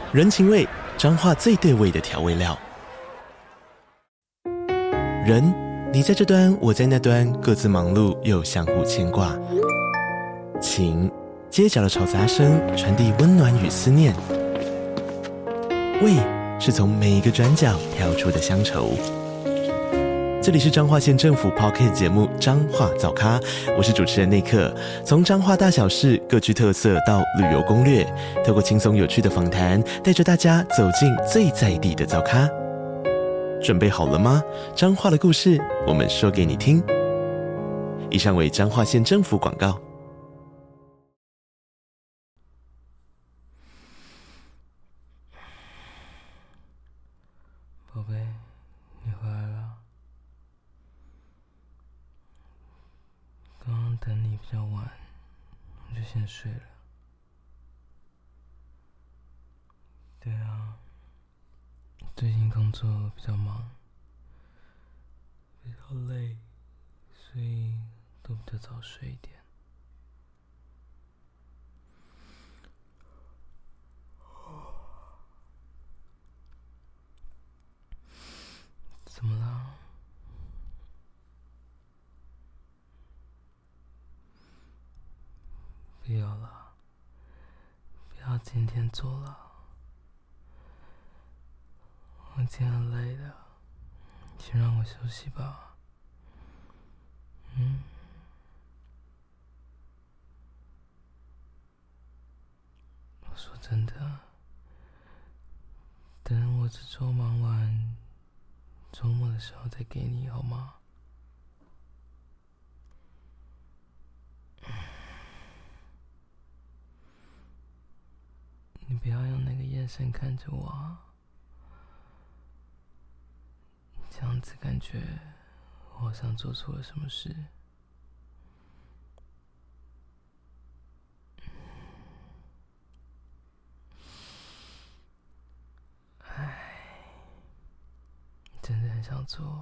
人情味，彰化最对味的调味料。人，你在这端，我在那端，各自忙碌又相互牵挂。情，街角的吵杂声传递温暖与思念。味，是从每一个转角跳出的乡愁。这里是彰化县政府 Podcast 节目《彰化早咖》，我是主持人内克。从彰化大小事各具特色到旅游攻略，透过轻松有趣的访谈，带着大家走进最在地的早咖。准备好了吗？彰化的故事，我们说给你听。以上为彰化县政府广告。 宝贝，你回来了。刚刚等你比较晚，我就先睡了。对啊，最近工作比较忙，比较累，所以都比较早睡一点。怎么了？不要了，不要今天做了。我今天很累的，先让我休息吧。我说真的，等我这周忙完，周末的时候再给你好吗？你不要用那个眼神看着我啊，这样子感觉我好像做错了什么事。真的很想做。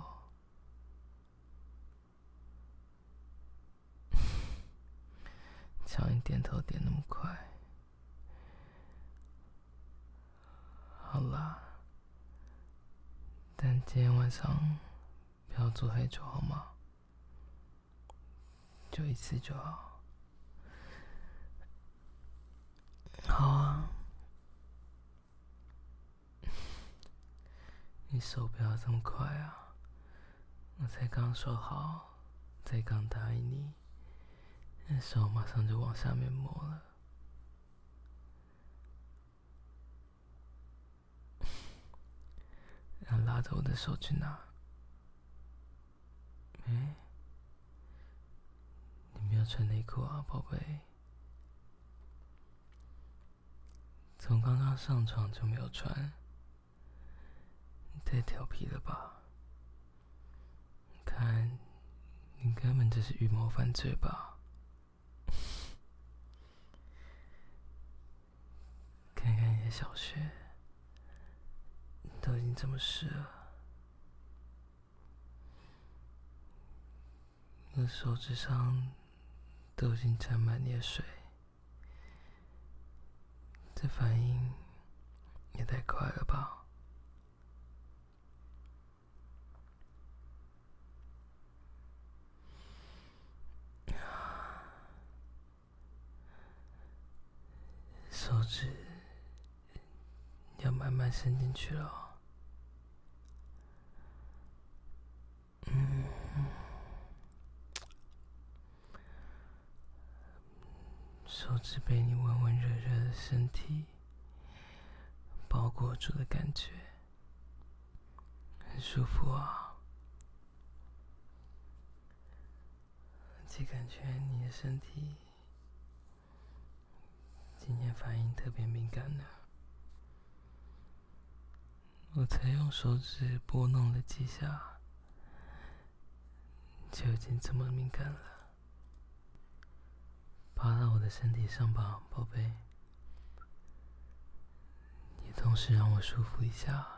叫你点头点那么快。好啦，但今天晚上不要做太久好吗？就一次就好。好啊。你手不要这么快啊，我才刚说好，才刚答应你，那手马上就往下面摸了。要拉着我的手去哪？你没有穿内裤啊，宝贝？从刚刚上床就没有穿，你太调皮了吧？看，你根本就是预谋犯罪吧？看看你的小穴，都已经这么湿了，我的手指上都已经沾满你的水，这反应也太快了吧？手指要慢慢伸进去了。手指被你温温热热的身体包裹住的感觉，很舒服啊。而且感觉你的身体今天反应特别敏感呢。我才用手指拨弄了几下，就已经这么敏感了。爬到我的身体上吧，宝贝。也同时让我舒服一下。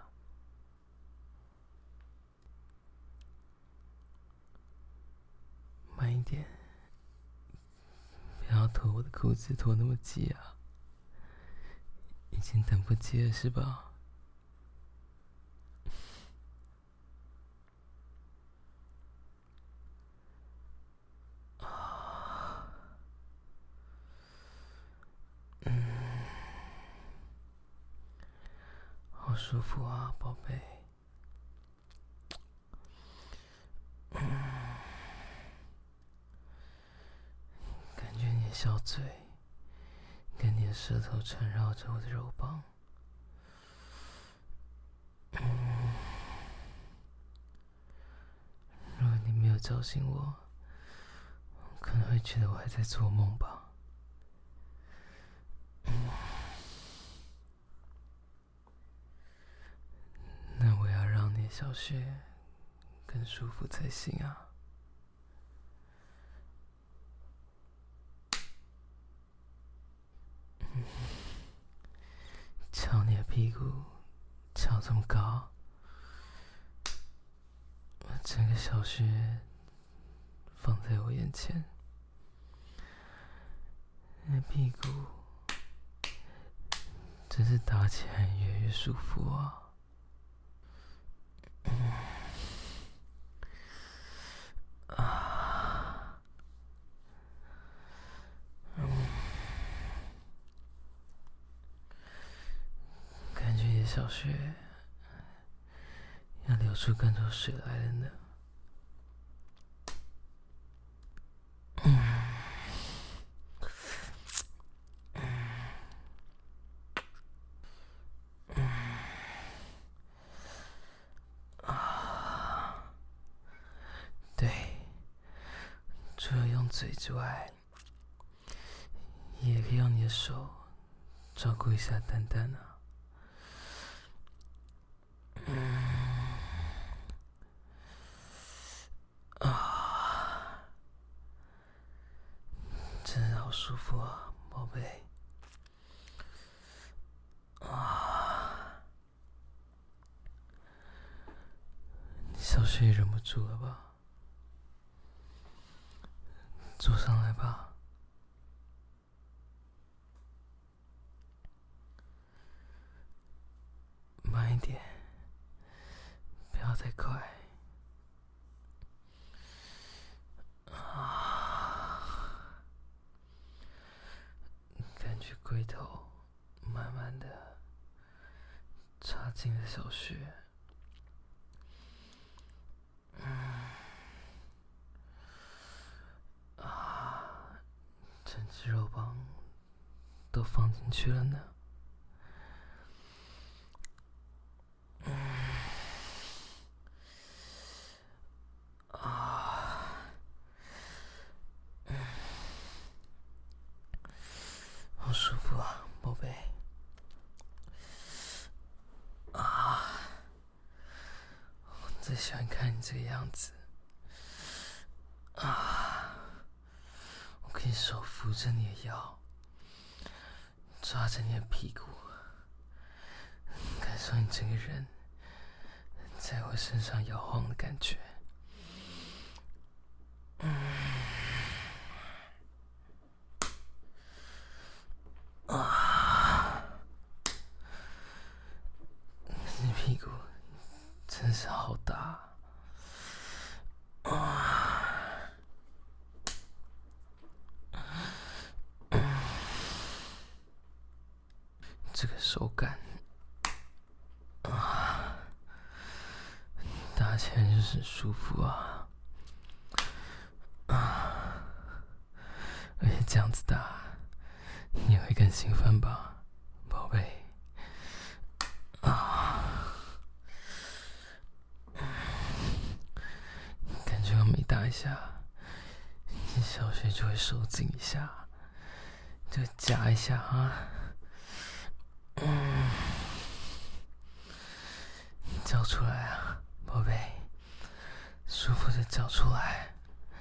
慢一点，不要脱我的裤子脱那么急啊！ 已经等不及了是吧？好舒服啊，宝贝。感觉你的小嘴跟你的舌头缠绕着我的肉棒。如果你没有叫醒我，可能会觉得我还在做梦吧。那我要让你的小穴更舒服才行啊。瞧你的屁股翘这么高，把整个小穴放在我眼前，你的屁股真是打起来越来越舒服啊。感觉你的小穴要流出更多水来了呢。对，除了用嘴之外，也可以用你的手照顾一下蛋蛋啊。真的好舒服啊，宝贝。你小穴也忍不住了吧？坐上来吧。慢一点，不要太快。感觉龟头慢慢的插进了小穴。整只肉棒都放进去了呢。好舒服啊，宝贝。我最喜欢看你这个样子。我可以手扶着你的腰，抓着你的屁股，感受你整个人在我身上摇晃的感觉。你屁股真是好大。这个手感打起来就是舒服啊。而且这样子打你也会更兴奋吧，宝贝。感觉我每打一下，你小穴就会收紧一下，就夹一下啊。叫出来啊，宝贝，舒服的叫出来。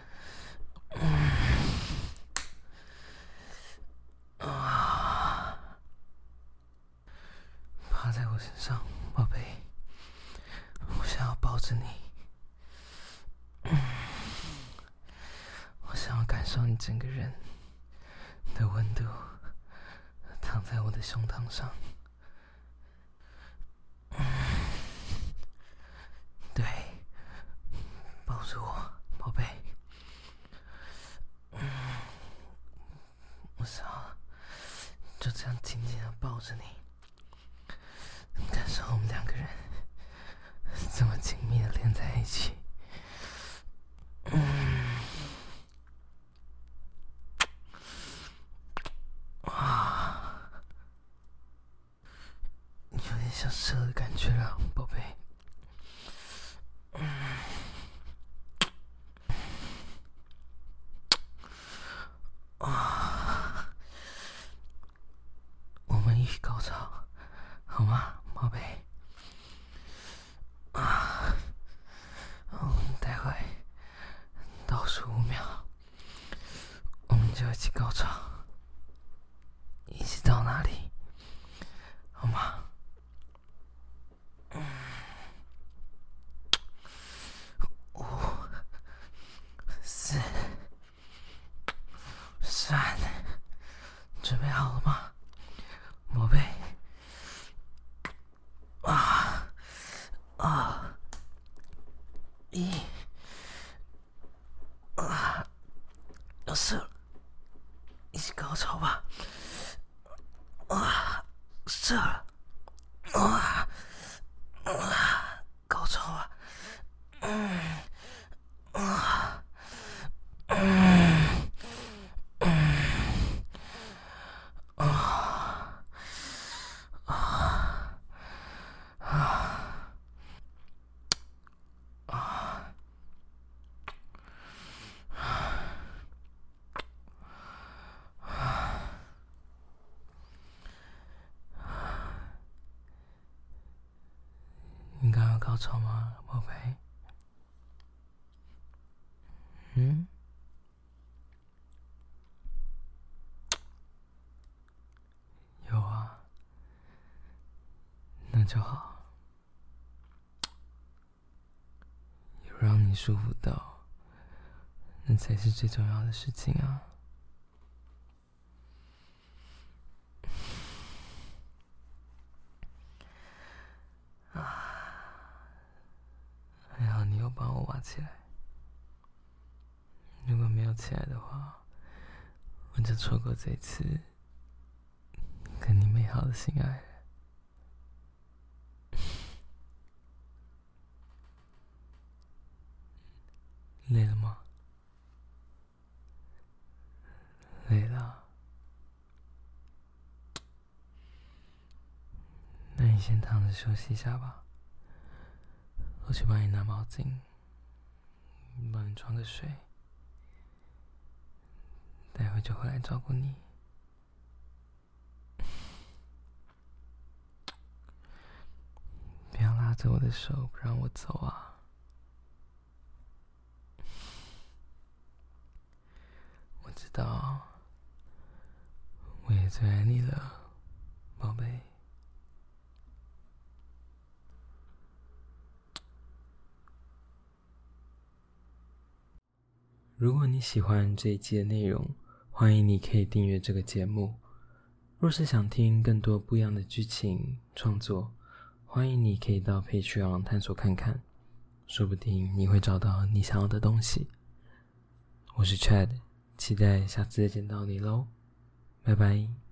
趴在我身上，宝贝，我想要抱着你。我想要感受你整个人的温度，躺在我的胸膛上。 着你，感受我们两个人这么紧密的连在一起。有点想射的感觉了，宝贝。我们一起高潮，好吗，宝贝？待会倒数5秒，我们就一起高潮，一起到哪里？好吗？5、4、3，准备好了吗，宝贝？1，要射了，一起高潮吧！射了，高潮啊！你刚有高潮吗，宝贝？有啊，那就好。有让你舒服到，那才是最重要的事情啊。还好你有帮我挖起来，如果没有起来的话，我就错过这次跟你美好的性爱了。累了吗？累了。那你先躺着休息一下吧，我去帮你拿毛巾，帮你装个水，待会就回来照顾你。不要拉着我的手不让我走啊！我知道，我也最爱你了，宝贝。如果你喜欢这一期的内容，欢迎你可以订阅这个节目。若是想听更多不一样的剧情创作，欢迎你可以到 Patreon 探索看看，说不定你会找到你想要的东西。我是 Chad， 期待下次再见到你咯，拜拜。